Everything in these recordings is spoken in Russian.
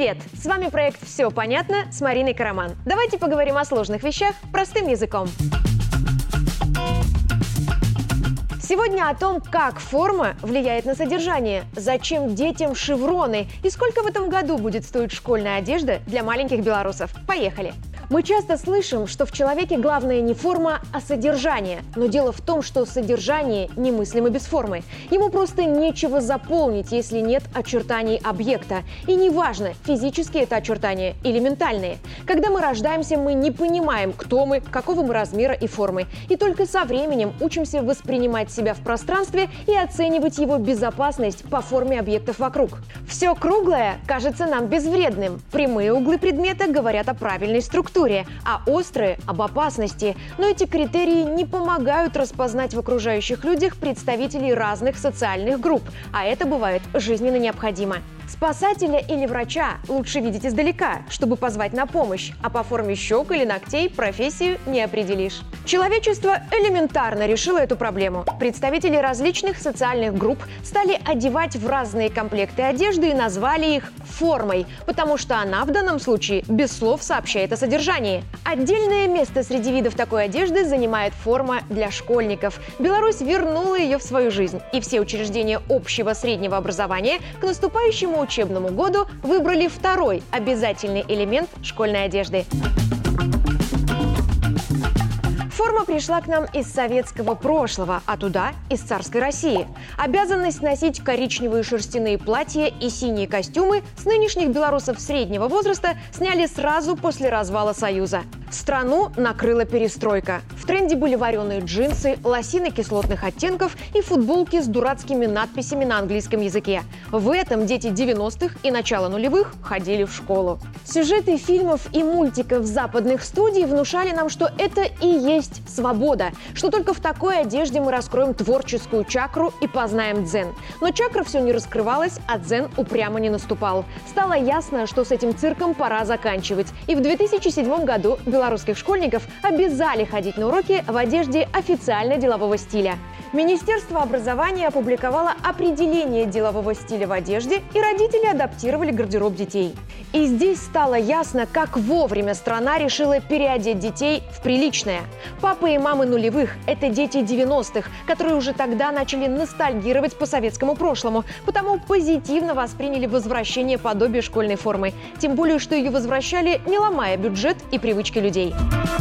Привет! С вами проект «Все понятно» с Мариной Караман. Давайте поговорим о сложных вещах простым языком. Сегодня о том, как форма влияет на содержание, зачем детям шевроны и сколько в этом году будет стоить школьная одежда для маленьких белорусов. Поехали! Мы часто слышим, что в человеке главное не форма, а содержание. Но дело в том, что содержание немыслимо без формы. Ему просто нечего заполнить, если нет очертаний объекта. И неважно, физические это очертания или ментальные. Когда мы рождаемся, мы не понимаем, кто мы, какого мы размера и формы. И только со временем учимся воспринимать себя в пространстве и оценивать его безопасность по форме объектов вокруг. Все круглое кажется нам безвредным. Прямые углы предмета говорят о правильной структуре, а острые – об опасности. Но эти критерии не помогают распознать в окружающих людях представителей разных социальных групп, а это бывает жизненно необходимо. Спасателя или врача лучше видеть издалека, чтобы позвать на помощь, а по форме щек или ногтей профессию не определишь. Человечество элементарно решило эту проблему. Представители различных социальных групп стали одевать в разные комплекты одежды и назвали их формой, потому что она в данном случае без слов сообщает о содержании. Отдельное место среди видов такой одежды занимает форма для школьников. Беларусь вернула ее в свою жизнь, и все учреждения общего среднего образования к наступающему учебному году выбрали второй обязательный элемент школьной одежды. Форма пришла к нам из советского прошлого, а туда – из царской России. Обязанность носить коричневые шерстяные платья и синие костюмы с нынешних белорусов среднего возраста сняли сразу после развала Союза. Страну накрыла перестройка. В тренде были вареные джинсы, лосины кислотных оттенков и футболки с дурацкими надписями на английском языке. В этом дети 90-х и начала нулевых ходили в школу. Сюжеты фильмов и мультиков западных студий внушали нам, что это и есть свобода, что только в такой одежде мы раскроем творческую чакру и познаем дзен. Но чакра все не раскрывалась, а дзен упрямо не наступал. Стало ясно, что с этим цирком пора заканчивать. И в 2007 году белорусских школьников обязали ходить на уроки в одежде официально-делового стиля. Министерство образования опубликовало определение делового стиля в одежде, и родители адаптировали гардероб детей. И здесь стало ясно, как вовремя страна решила переодеть детей в приличное. Папы и мамы нулевых – это дети 90-х, которые уже тогда начали ностальгировать по советскому прошлому, потому позитивно восприняли возвращение подобия школьной формы. Тем более, что ее возвращали, не ломая бюджет и привычки людей.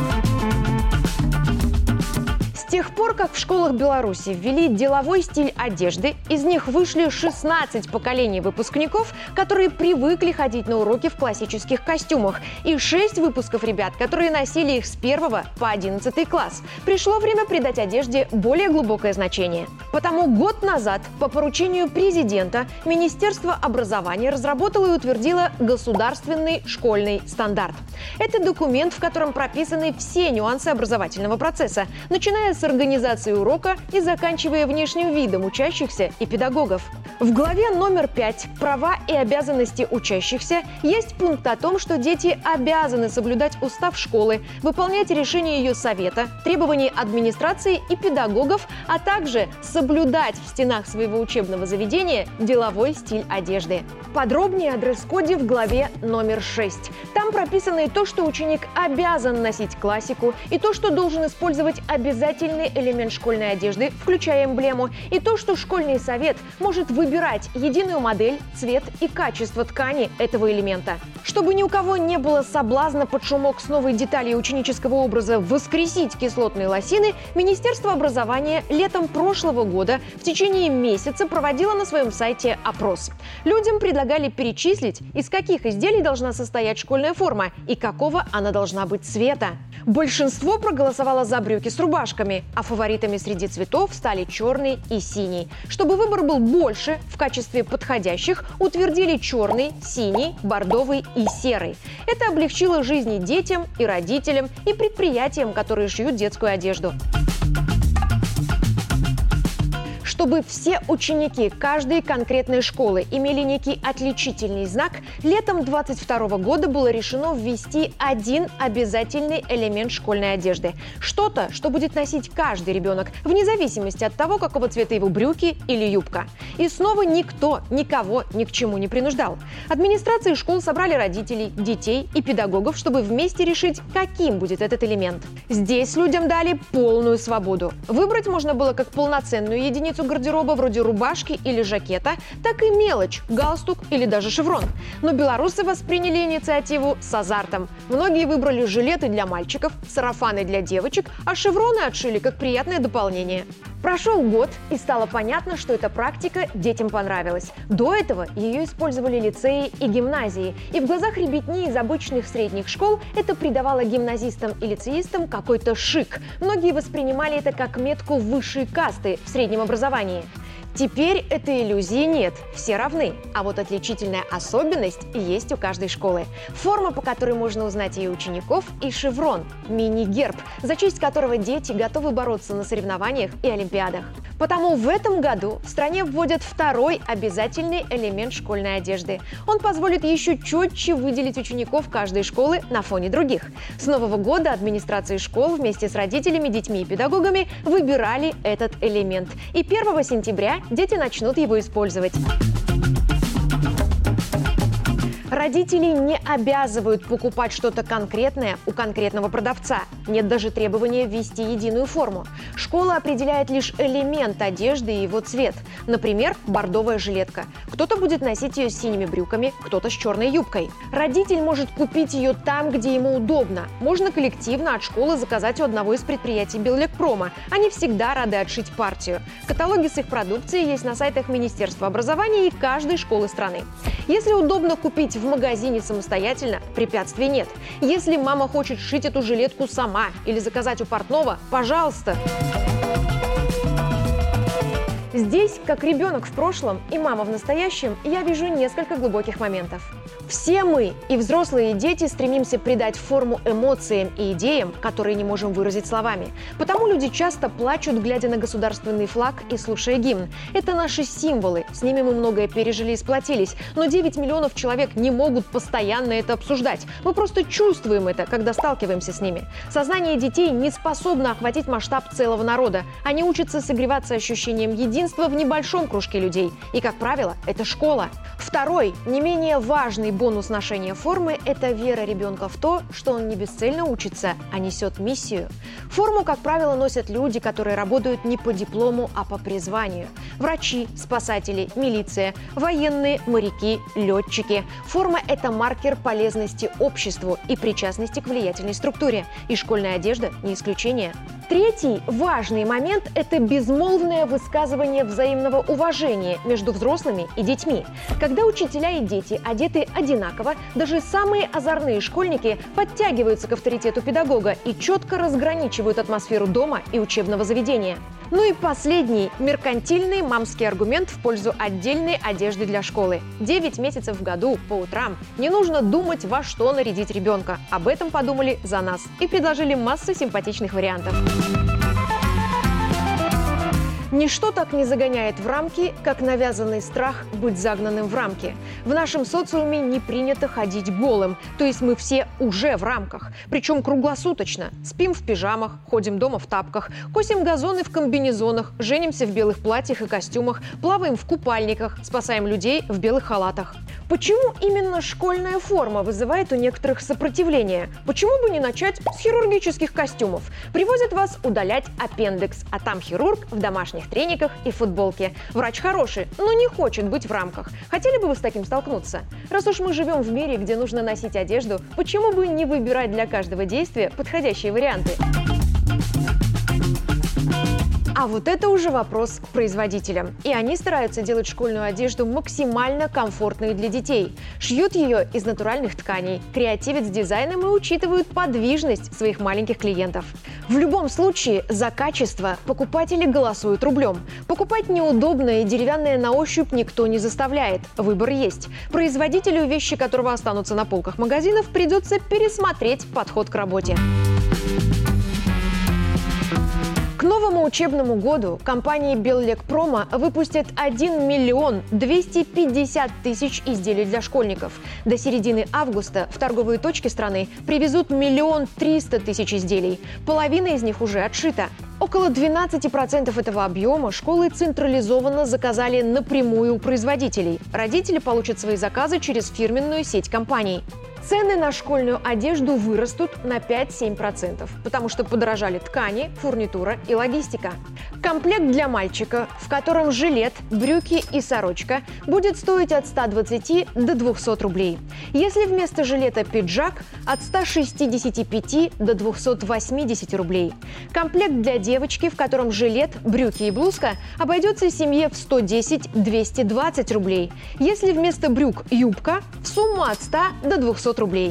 С тех пор, как в школах Беларуси ввели деловой стиль одежды, из них вышли 16 поколений выпускников, которые привыкли ходить на уроки в классических костюмах, и 6 выпусков ребят, которые носили их с 1 по 11 класс. Пришло время придать одежде более глубокое значение. Потому год назад по поручению президента Министерство образования разработало и утвердило государственный школьный стандарт. Это документ, в котором прописаны все нюансы образовательного процесса, начиная с организации урока и заканчивая внешним видом учащихся и педагогов. В главе номер 5 «Права и обязанности учащихся» есть пункт о том, что дети обязаны соблюдать устав школы, выполнять решения ее совета, требования администрации и педагогов, а также соблюдать в стенах своего учебного заведения деловой стиль одежды. Подробнее о дресс-коде в главе номер 6. Там прописано и то, что ученик обязан носить классику, и то, что должен использовать обязательный элемент школьной одежды, включая эмблему, и то, что школьный совет может выбирать единую модель, цвет и качество ткани этого элемента. Чтобы ни у кого не было соблазна под шумок с новой деталью ученического образа воскресить кислотные лосины, Министерство образования летом прошлого года в течение месяца проводило на своем сайте опрос. Людям предлагали перечислить, из каких изделий должна состоять школьная форма и какого она должна быть цвета. Большинство проголосовало за брюки с рубашками, а фаворитами среди цветов стали черный и синий. Чтобы выбор был больше, в качестве подходящих утвердили черный, синий, бордовый и серый. Это облегчило жизни детям и родителям, и предприятиям, которые шьют детскую одежду. Чтобы все ученики каждой конкретной школы имели некий отличительный знак, летом 2022 года было решено ввести один обязательный элемент школьной одежды. Что-то, что будет носить каждый ребенок, вне зависимости от того, какого цвета его брюки или юбка. И снова никто никого ни к чему не принуждал. Администрации школ собрали родителей, детей и педагогов, чтобы вместе решить, каким будет этот элемент. Здесь людям дали полную свободу. Выбрать можно было как полноценную единицу гардероба вроде рубашки или жакета, так и мелочь, галстук или даже шеврон. Но белорусы восприняли инициативу с азартом. Многие выбрали жилеты для мальчиков, сарафаны для девочек, а шевроны отшили как приятное дополнение. Прошел год, и стало понятно, что эта практика детям понравилась. До этого ее использовали лицеи и гимназии, и в глазах ребятни из обычных средних школ это придавало гимназистам и лицеистам какой-то шик. Многие воспринимали это как метку высшей касты в среднем образовании. Теперь этой иллюзии нет, все равны. А вот отличительная особенность есть у каждой школы. Форма, по которой можно узнать ее учеников, и шеврон – мини-герб, за честь которого дети готовы бороться на соревнованиях и олимпиадах. Потому в этом году в стране вводят второй обязательный элемент школьной одежды. Он позволит еще четче выделить учеников каждой школы на фоне других. С Нового года администрации школ вместе с родителями, детьми и педагогами выбирали этот элемент. И 1 сентября дети начнут его использовать. Родители не обязывают покупать что-то конкретное у конкретного продавца. Нет даже требования ввести единую форму. Школа определяет лишь элемент одежды и его цвет. Например, бордовая жилетка. Кто-то будет носить ее с синими брюками, кто-то с черной юбкой. Родитель может купить ее там, где ему удобно. Можно коллективно от школы заказать у одного из предприятий Беллекпрома. Они всегда рады отшить партию. Каталоги с их продукцией есть на сайтах Министерства образования и каждой школы страны. Если удобно купить в магазине самостоятельно, препятствий нет. Если мама хочет шить эту жилетку сама или заказать у портного, пожалуйста. Здесь, как ребенок в прошлом и мама в настоящем, я вижу несколько глубоких моментов. Все мы, и взрослые, и дети, стремимся придать форму эмоциям и идеям, которые не можем выразить словами. Потому люди часто плачут, глядя на государственный флаг и слушая гимн. Это наши символы, с ними мы многое пережили и сплотились, но 9 миллионов человек не могут постоянно это обсуждать. Мы просто чувствуем это, когда сталкиваемся с ними. Сознание детей не способно охватить масштаб целого народа. Они учатся согреваться ощущением единства в небольшом кружке людей. И, как правило, это школа. Второй, не менее важный бонус ношения формы – это вера ребенка в то, что он не бесцельно учится, а несет миссию. Форму, как правило, носят люди, которые работают не по диплому, а по призванию. Врачи, спасатели, милиция, военные, моряки, летчики. Форма – это маркер полезности обществу и причастности к влиятельной структуре. И школьная одежда – не исключение. Третий важный момент – это безмолвное высказывание взаимного уважения между взрослыми и детьми. Когда учителя и дети одеты одинаково, даже самые озорные школьники подтягиваются к авторитету педагога и четко разграничивают атмосферу дома и учебного заведения. Ну и последний – меркантильный мамский аргумент в пользу отдельной одежды для школы. 9 месяцев в году, по утрам. Не нужно думать, во что нарядить ребенка. Об этом подумали за нас и предложили массу симпатичных вариантов. Ничто так не загоняет в рамки, как навязанный страх быть загнанным в рамки. В нашем социуме не принято ходить голым, то есть мы все уже в рамках. Причем круглосуточно. Спим в пижамах, ходим дома в тапках, косим газоны в комбинезонах, женимся в белых платьях и костюмах, плаваем в купальниках, спасаем людей в белых халатах. Почему именно школьная форма вызывает у некоторых сопротивление? Почему бы не начать с хирургических костюмов? Привозят вас удалять аппендикс, а там хирург в домашних трениках и футболке. Врач хороший, но не хочет быть в рамках. Хотели бы вы с таким столкнуться? Раз уж мы живем в мире, где нужно носить одежду, почему бы не выбирать для каждого действия подходящие варианты? А вот это уже вопрос к производителям. И они стараются делать школьную одежду максимально комфортной для детей. Шьют ее из натуральных тканей, креативят с дизайном и учитывают подвижность своих маленьких клиентов. В любом случае, за качество покупатели голосуют рублем. Покупать неудобное и деревянное на ощупь никто не заставляет. Выбор есть. Производителю, вещи которого останутся на полках магазинов, придется пересмотреть подход к работе. К новому учебному году компания Беллекпрома выпустит 1 миллион 250 тысяч изделий для школьников. До середины августа в торговые точки страны привезут 1 300 000 изделий. Половина из них уже отшита. Около 12% этого объема школы централизованно заказали напрямую у производителей. Родители получат свои заказы через фирменную сеть компаний. Цены на школьную одежду вырастут на 5-7%, потому что подорожали ткани, фурнитура и логистика. Комплект для мальчика, в котором жилет, брюки и сорочка, будет стоить от 120 до 200 рублей. Если вместо жилета пиджак – от 165 до 280 рублей. Комплект для девочки, в котором жилет, брюки и блузка, обойдется семье в 110-220 рублей. Если вместо брюк юбка – в сумму от 100 до 200 рублей.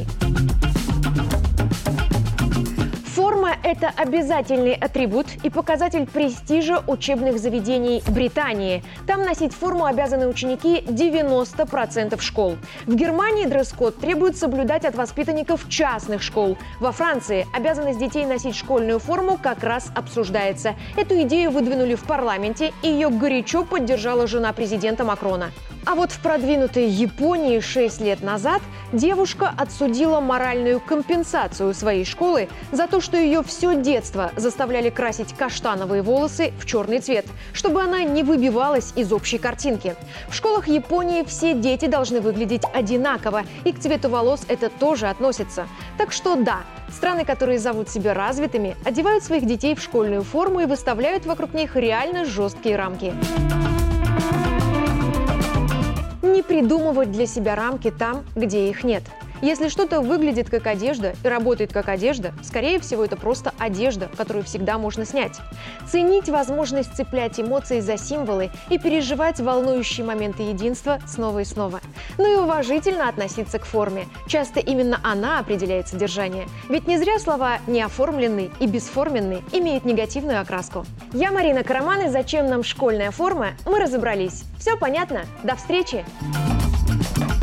Форма – это обязательный атрибут и показатель престижа учебных заведений Британии. Там носить форму обязаны ученики 90% школ. В Германии дресс-код требует соблюдать от воспитанников частных школ. Во Франции обязанность детей носить школьную форму как раз обсуждается. Эту идею выдвинули в парламенте, и ее горячо поддержала жена президента Макрона. А вот в продвинутой Японии 6 лет назад девушка отсудила моральную компенсацию своей школы за то, что ее все детство заставляли красить каштановые волосы в черный цвет, чтобы она не выбивалась из общей картинки. В школах Японии все дети должны выглядеть одинаково, и к цвету волос это тоже относится. Так что да, страны, которые зовут себя развитыми, одевают своих детей в школьную форму и выставляют вокруг них реально жесткие рамки. Не придумывать для себя рамки там, где их нет. Если что-то выглядит как одежда и работает как одежда, скорее всего, это просто одежда, которую всегда можно снять. Ценить возможность цеплять эмоции за символы и переживать волнующие моменты единства снова и снова. Ну и уважительно относиться к форме. Часто именно она определяет содержание. Ведь не зря слова «неоформленный» и «бесформенный» имеют негативную окраску. Я Марина Караман, и «Зачем нам школьная форма?» мы разобрались. Все понятно? До встречи!